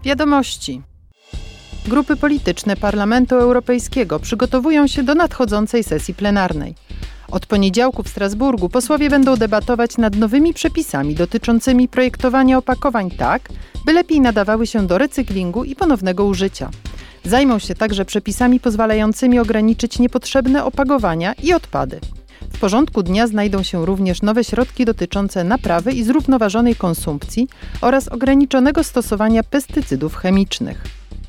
Wiadomości. Grupy polityczne Parlamentu Europejskiego przygotowują się do nadchodzącej sesji plenarnej. Od poniedziałku w Strasburgu posłowie będą debatować nad nowymi przepisami dotyczącymi projektowania opakowań tak, by lepiej nadawały się do recyklingu i ponownego użycia. Zajmą się także przepisami pozwalającymi ograniczyć niepotrzebne opakowania i odpady. W porządku dnia znajdą się również nowe środki dotyczące naprawy i zrównoważonej konsumpcji oraz ograniczonego stosowania pestycydów chemicznych.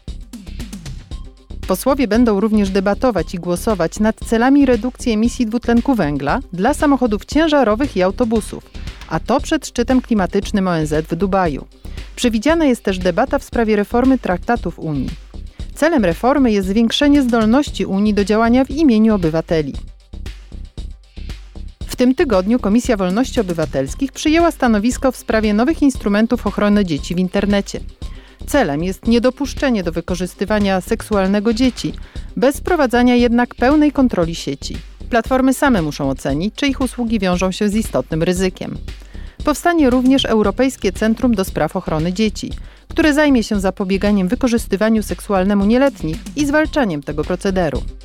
Posłowie będą również debatować i głosować nad celami redukcji emisji dwutlenku węgla dla samochodów ciężarowych i autobusów, a to przed szczytem klimatycznym ONZ w Dubaju. Przewidziana jest też debata w sprawie reformy traktatów Unii. Celem reformy jest zwiększenie zdolności Unii do działania w imieniu obywateli. W tym tygodniu Komisja Wolności Obywatelskich przyjęła stanowisko w sprawie nowych instrumentów ochrony dzieci w internecie. Celem jest niedopuszczenie do wykorzystywania seksualnego dzieci, bez wprowadzania jednak pełnej kontroli sieci. Platformy same muszą ocenić, czy ich usługi wiążą się z istotnym ryzykiem. Powstanie również Europejskie Centrum do Spraw Ochrony Dzieci, które zajmie się zapobieganiem wykorzystywaniu seksualnemu nieletnich i zwalczaniem tego procederu.